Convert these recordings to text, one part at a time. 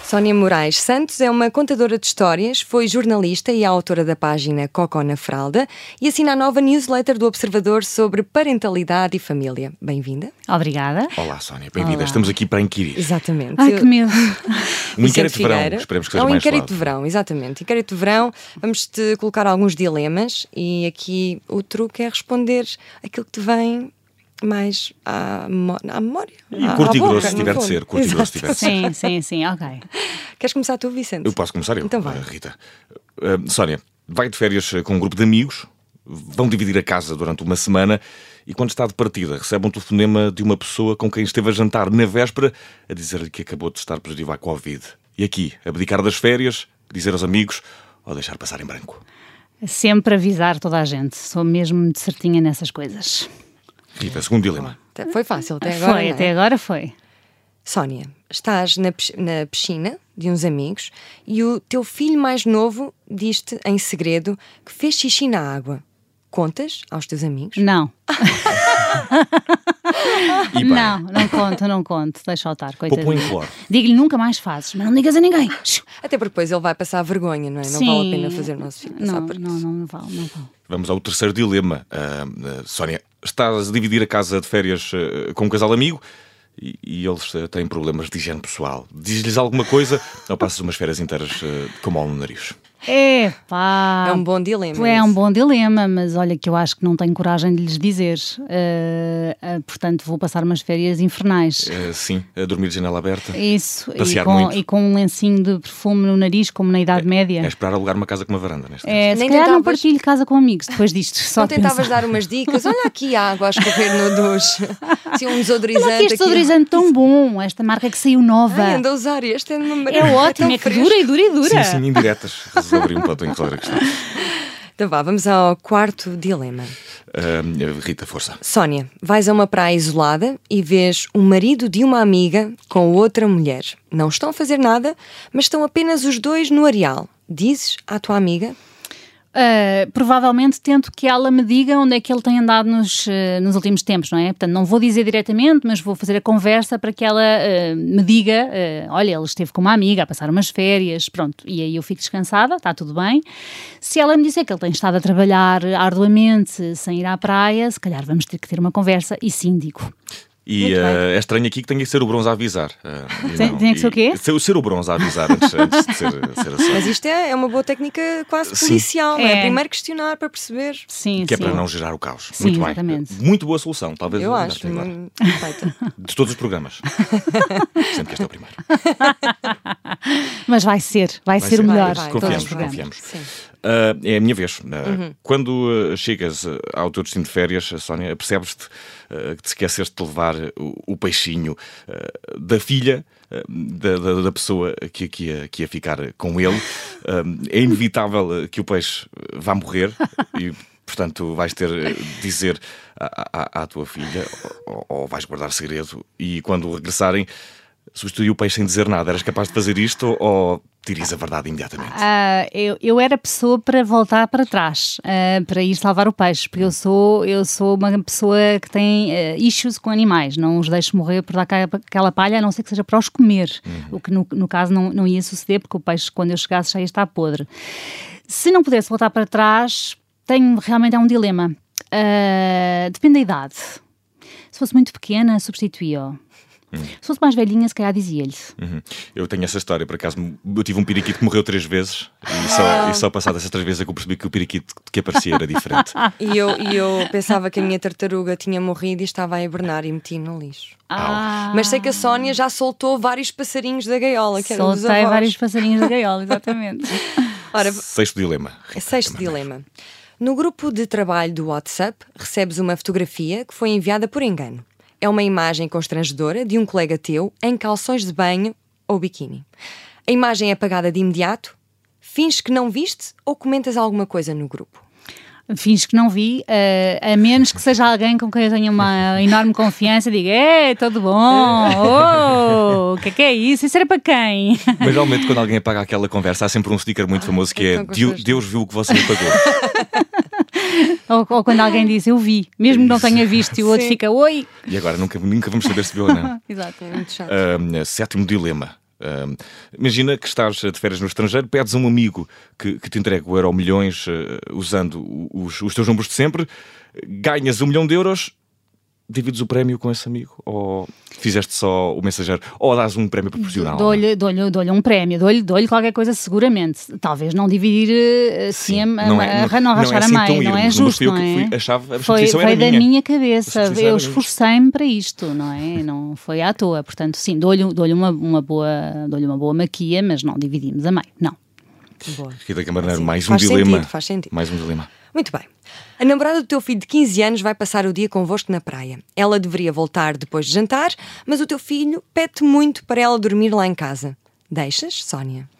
Sónia Moraes Santos é uma contadora de histórias, foi jornalista e autora da página Cocó na Fralda e assina a nova newsletter do Observador sobre parentalidade e família. Bem-vinda. Obrigada. Olá, Sónia, bem-vinda. Estamos aqui para inquirir. Exatamente. Ai, que medo. Um inquérito de verão, esperemos que seja mais mais inquérito suave. de verão, exatamente. Inquérito de verão, vamos-te colocar alguns dilemas e aqui o truque é responder aquilo que te vem mais à memória. E curto e grosso, boca, se tiver de ser. Curto e grosso, se tiver de ser. Sim, ok. Queres começar tu, Vicente? Eu posso começar eu, Então vai. Rita. Sónia, vai de férias com um grupo de amigos, vão dividir a casa durante uma semana e quando está de partida recebe um telefonema de uma pessoa com quem esteve a jantar na véspera a dizer-lhe que acabou de estar positivo à Covid. E aqui, abdicar das férias, dizer aos amigos ou deixar passar em branco? Sempre avisar toda a gente. Sou mesmo de certinha nessas coisas. Rita, segundo dilema. Foi fácil até agora. Foi, não é? até agora foi. Sónia, estás na piscina de uns amigos e o teu filho mais novo diz-te em segredo que fez xixi na água. Contas aos teus amigos? Não. E bem, Não conto. Deixa-o estar, coitadinho. pouco em cloro. Digo-lhe nunca mais fazes, mas não digas a ninguém. Até porque depois ele vai passar vergonha, não é? Não Sim. vale a pena fazer o nosso filho passar por isso. Não vale. Vamos ao terceiro dilema. Sónia, estás a dividir a casa de férias com um casal amigo e eles têm problemas de higiene pessoal. Diz-lhes alguma coisa ou passas umas férias inteiras com mal no nariz? Epá. É um bom dilema. É um esse. bom dilema, mas olha que eu acho que não tenho coragem de lhes dizer. Portanto, vou passar umas férias infernais. Sim, a dormir de janela aberta. Isso, Passear muito. e com um lencinho de perfume no nariz, como na Idade Média. É esperar alugar uma casa com uma varanda, neste caso. Se Nem calhar não tentavas- partilho casa com amigos depois disto. Só Não tentavas pensar. dar umas dicas? Olha aqui a água a escorrer no duche. Assim, um desodorizante. Olha aqui este desodorizante tão bom, esta marca que saiu nova. Ai, anda a usar este. É, É ótimo, é que dura e dura e dura. Sim, indiretas. Resolver um ponto em resolver a questão. Então vá, vamos ao quarto dilema. Rita, força. Sónia, vais a uma praia isolada e vês o marido de uma amiga com outra mulher. Não estão a fazer nada, mas estão apenas os dois no areal. Dizes à tua amiga? Provavelmente tento que ela me diga onde é que ele tem andado nos últimos tempos, não é? Portanto, não vou dizer diretamente, mas vou fazer a conversa para que ela me diga, olha, ele esteve com uma amiga a passar umas férias, pronto, e aí eu fico descansada, está tudo bem. Se ela me disser que ele tem estado a trabalhar arduamente sem ir à praia, se calhar vamos ter que ter uma conversa e sim, digo. E Muito bem. é estranho aqui que tenha que ser o bronze a avisar. Tem que ser o quê? Ser o bronze a avisar antes de ser a Mas Sónia. isto é uma boa técnica quase Sim. policial, não é? É. Primeiro questionar para perceber. Sim, Que é sim. para não gerar o caos. Sim, Muito bem. exatamente. Muito boa solução, talvez. Eu já acho. tenha agora. Perfeita. De todos os programas. Sendo que este é o primeiro. Mas vai ser o ser. melhor Vai, de todos os Confiamos, programas. confiamos. Sim. É a minha vez. Quando chegas ao teu destino de férias, Sónia, percebes-te que te esqueceste de levar o peixinho da filha da pessoa que ia ficar com ele. É inevitável que o peixe vá morrer e, portanto, vais ter de dizer à tua filha ou vais guardar segredo e quando regressarem substituir o peixe sem dizer nada. Eras capaz de fazer isto ou dirias a verdade imediatamente? Eu era pessoa para voltar para trás, para ir salvar o peixe, porque eu sou uma pessoa que tem issues com animais, não os deixo morrer por dar aquela palha, a não ser que seja para os comer, o que no caso não ia suceder, porque o peixe, quando eu chegasse, já ia estar podre. Se não pudesse voltar para trás, realmente é um dilema. Depende da idade. Se fosse muito pequena, substituía-o. Se fosse mais velhinha, se calhar dizia-lhe. Eu tenho essa história, por acaso eu tive um periquito que morreu 3 vezes e só passado essas 3 vezes é que eu percebi que o periquito que aparecia era diferente. E eu pensava que a minha tartaruga tinha morrido e estava a hibernar e meti no lixo. Mas sei que a Sónia já soltou vários passarinhos da gaiola, que eram dos Soltei avós. vários passarinhos da gaiola, exatamente. Ora, Sexto dilema. Rita, sexto também. dilema. No grupo de trabalho do WhatsApp, recebes uma fotografia que foi enviada por engano. É uma imagem constrangedora de um colega teu em calções de banho ou biquíni. A imagem é apagada de imediato, finges que não viste ou comentas alguma coisa no grupo? Finges que não vi, a menos que seja alguém com quem eu tenha uma enorme confiança e diga, tudo bom, o que é isso? Isso era para quem? Mas geralmente quando alguém apaga aquela conversa há sempre um sticker muito famoso que é então gostaste. Deus viu o que você me pagou. Ou quando alguém diz, eu vi, mesmo que não tenha visto, e o outro Sim. fica, oi. E agora nunca vamos saber se viu ou não. Exato. É muito chato. Sétimo dilema. Imagina que estás de férias no estrangeiro, pedes a um amigo que te entregue o Euro Milhões usando os teus números de sempre, ganhas 1 milhão de euros, divides o prémio com esse amigo? Ou fizeste só o mensageiro? Ou dás um prémio proporcional? Dou-lhe um prémio, dou-lhe qualquer coisa seguramente. Talvez não dividir assim, não rachar a meio, não é justo, não é? Foi da minha cabeça, eu esforcei-me para isto, não é? Não foi à toa, portanto, sim, dou-lhe uma boa maquia, mas não dividimos a meio, não. Boa. Rita Camarneiro, mais um dilema. Faz sentido. Mais um dilema. Muito bem. A namorada do teu filho de 15 anos vai passar o dia convosco na praia. Ela deveria voltar depois de jantar, mas o teu filho pede muito para ela dormir lá em casa. Deixas, Sónia?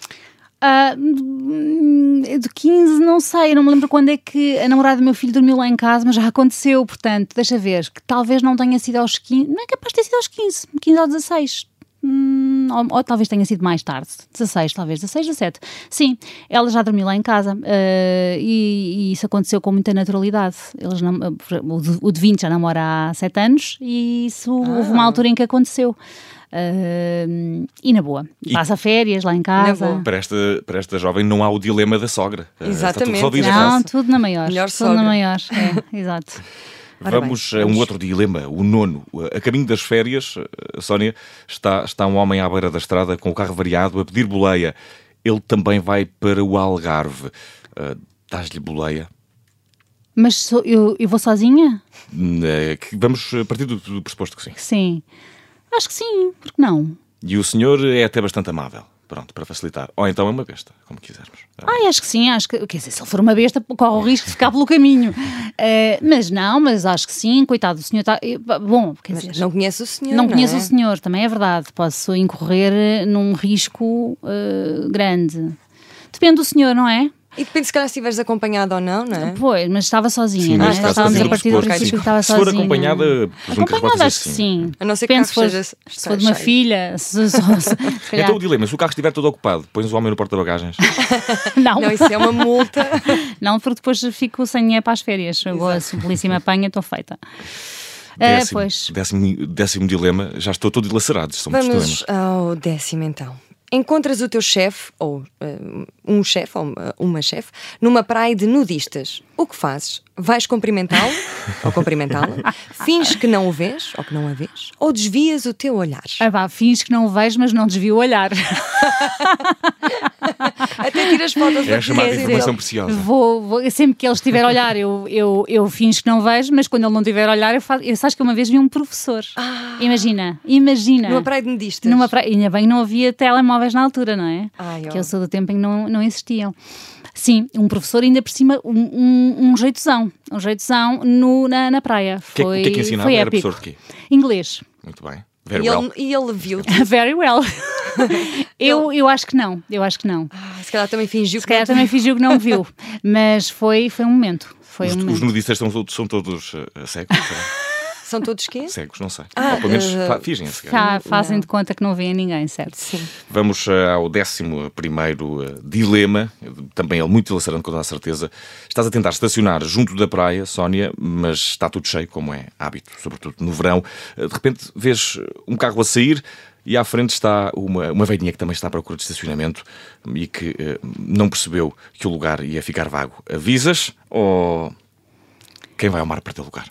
De 15, não sei, não me lembro quando é que a namorada do meu filho dormiu lá em casa, mas já aconteceu, portanto, deixa ver, que talvez não tenha sido aos 15, não é capaz de ter sido aos 15 ou 16. Ou talvez tenha sido mais tarde, 16, talvez 16, 17. Sim, ela já dormiu lá em casa e isso aconteceu com muita naturalidade. O de 20 já namora há 7 anos e isso houve uma altura em que aconteceu. E na boa, passa férias lá em casa. Para esta jovem não há o dilema da sogra. Exatamente. Não, tudo na maior. Melhor tudo sogra. na maior, exato. Vamos a um outro dilema, o 9º. A caminho das férias, Sónia, está um homem à beira da estrada com o carro variado a pedir boleia. Ele também vai para o Algarve. Dás-lhe boleia? Mas eu vou sozinha? Vamos partir do pressuposto que sim. Sim. Acho que sim, porque não? E o senhor é até bastante amável. Pronto, para facilitar. Ou então é uma besta, como quisermos. Acho que sim, quer dizer, se ele for uma besta, corre o risco de ficar pelo caminho. Mas acho que sim, coitado, o senhor está... Bom, quer dizer... Não conhece o senhor, não conheço o senhor, também é verdade. Posso incorrer num risco grande. Depende do senhor, não é? E depende se calhar se estiveres acompanhada ou não, não é? Pois, mas estava sozinha, sim, não é? Estávamos a partir do princípio que estava sozinha. Se for acompanhada, acho que sim. A não ser que se for de uma filha, Então o dilema, se o carro estiver todo ocupado, pões o homem no porta-bagagens? Não, isso é uma multa. Não, porque depois fico sem dinheiro para as férias. Se a polícia me apanha, estou feita. Décimo dilema, já estou todo dilacerado. Vamos ao 10º então. Encontras o teu chefe, ou um chefe, ou uma chefe, numa praia de nudistas. O que fazes? Vais cumprimentá-lo, ou cumprimentá-la? Finges que não o vês, ou que não a vês? Ou desvias o teu olhar? Finges que não o vejo, mas não desvio o olhar. Até tiras fotos da chamada informação preciosa. Sempre que ele estiver a olhar, eu finjo que não vejo, mas quando ele não estiver a olhar, eu sabes que uma vez vi um professor. Imagina. Numa praia de nudistas. Ainda bem que não havia telemóveis na altura, não é? Que eu sou do tempo em que não existiam. Sim, um professor ainda por cima, um jeitozão na praia. O que é que ensinava? Foi Era épico. professor de quê? Inglês. Muito bem. E ele viu-te? Very well. Eu acho que não. Se calhar também fingiu que não me viu. Mas foi um momento. Os nudistas são todos cegos? São todos quê? Cegos, não sei. Ou pelo menos fingem a cegar. Fazem de conta que não veem ninguém, certo? Sim. Vamos ao 11º dilema, também ele muito dilacerante, com toda a certeza. Estás a tentar estacionar junto da praia, Sónia, mas está tudo cheio, como é hábito, sobretudo no verão. De repente vês um carro a sair e à frente está uma velhinha que também está à procura de estacionamento e que não percebeu que o lugar ia ficar vago. Avisas ou quem vai ao mar para ter lugar?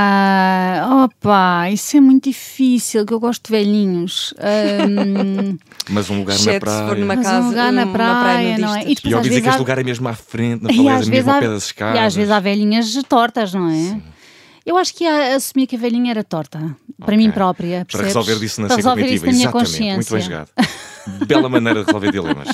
Isso é muito difícil, que eu gosto de velhinhos. Mas um lugar na praia. Se for numa casa, um lugar na praia, não é? E eu dizer que este lugar é mesmo à frente, na falésia, mesmo ao pé das escadas. E às vezes há velhinhas tortas, não é? Sim. Eu acho que ia assumir que a velhinha era torta, para mim própria. Para resolver disso na cognitiva, minha exatamente, consciência. Muito bem jogado. Bela maneira de resolver dilemas.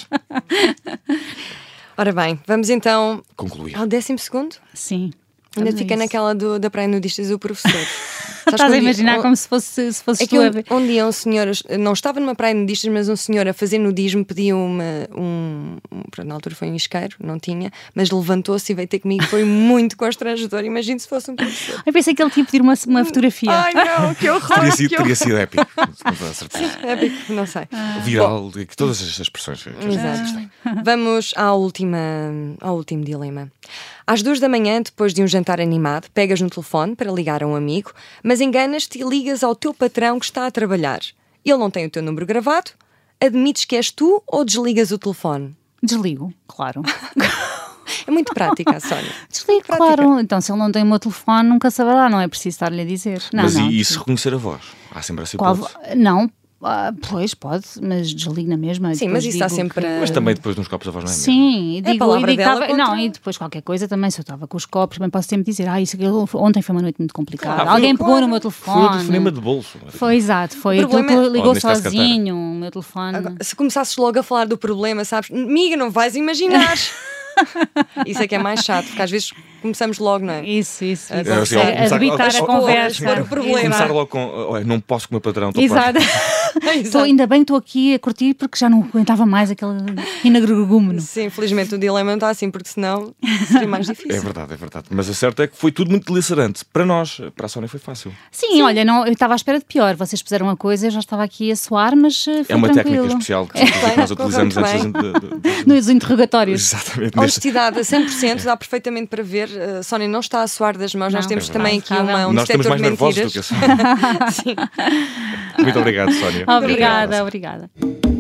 Ora bem, vamos então concluir ao 12º? Sim. Ainda fica naquela da praia nudistas do professor. Estás a imaginar como se fosse é que um dia um senhor, não estava numa praia nudistas, mas um senhor a fazer nudismo pediu na altura foi um isqueiro, não tinha, mas levantou-se e veio ter comigo, foi muito constrangedor. Imagino se fosse um professor. Eu pensei que ele tinha pedir uma fotografia. Ai não, que horror! Teria sido épico, com toda a certeza. Épico, não sei. Viral, todas as expressões. Exato. Vamos ao último dilema. Às 2 da manhã, depois de um jantar animado, pegas no telefone para ligar a um amigo, mas enganas-te e ligas ao teu patrão que está a trabalhar. Ele não tem o teu número gravado, admites que és tu ou desligas o telefone? Desligo, claro. É muito prática, a Sónia. Desligo, claro. Então, se ele não tem o meu telefone, nunca saberá, não é preciso estar-lhe a dizer. Não, Mas não, e se reconhecer a voz? Há sempre essa Qual... hipótese. Não, pois pode, mas desligo na mesma. Sim, mas isso está sempre que... Mas também depois nos copos a voz não é mesmo? Sim, e É a digo, palavra e dela contra... Não, e depois qualquer coisa também, se eu estava com os copos, também posso sempre dizer, isso aquilo, ontem foi uma noite muito complicada. Claro, Alguém claro. pegou no meu Foi telefone. o telefonema de bolso. Foi exato, foi O aquilo problema- que ligou neste caso, sozinho, o meu telefone. Agora, se começasses logo a falar do problema, sabes? Amiga, não vais imaginar. Isso é que é mais chato, porque às vezes começamos logo, não é? Isso. É, assim, A debitar a conversa. expor o problema. Começar logo com, olha, não posso com o meu patrão. estou Exato. Ainda bem que estou aqui a curtir porque já não aguentava mais aquele energúmeno. Sim, felizmente o dilema não está assim, porque senão seria mais difícil. É verdade. Mas a certa é que foi tudo muito delicerante. Para nós, para a Sónia foi fácil. Sim, olha, não, eu estava à espera de pior. Vocês fizeram uma coisa, eu já estava aqui a suar, mas foi É uma tranquilo. técnica especial que nós utilizamos correu antes muito Nos interrogatórios. Exatamente. Honestidade a 100%, dá perfeitamente para ver. Sónia não está a suar das mãos, nós Não. temos É também aqui um Nós estamos detector mais de nervosos do mentiras. que a Sónia. Sim. Muito obrigado, Sónia. Obrigada.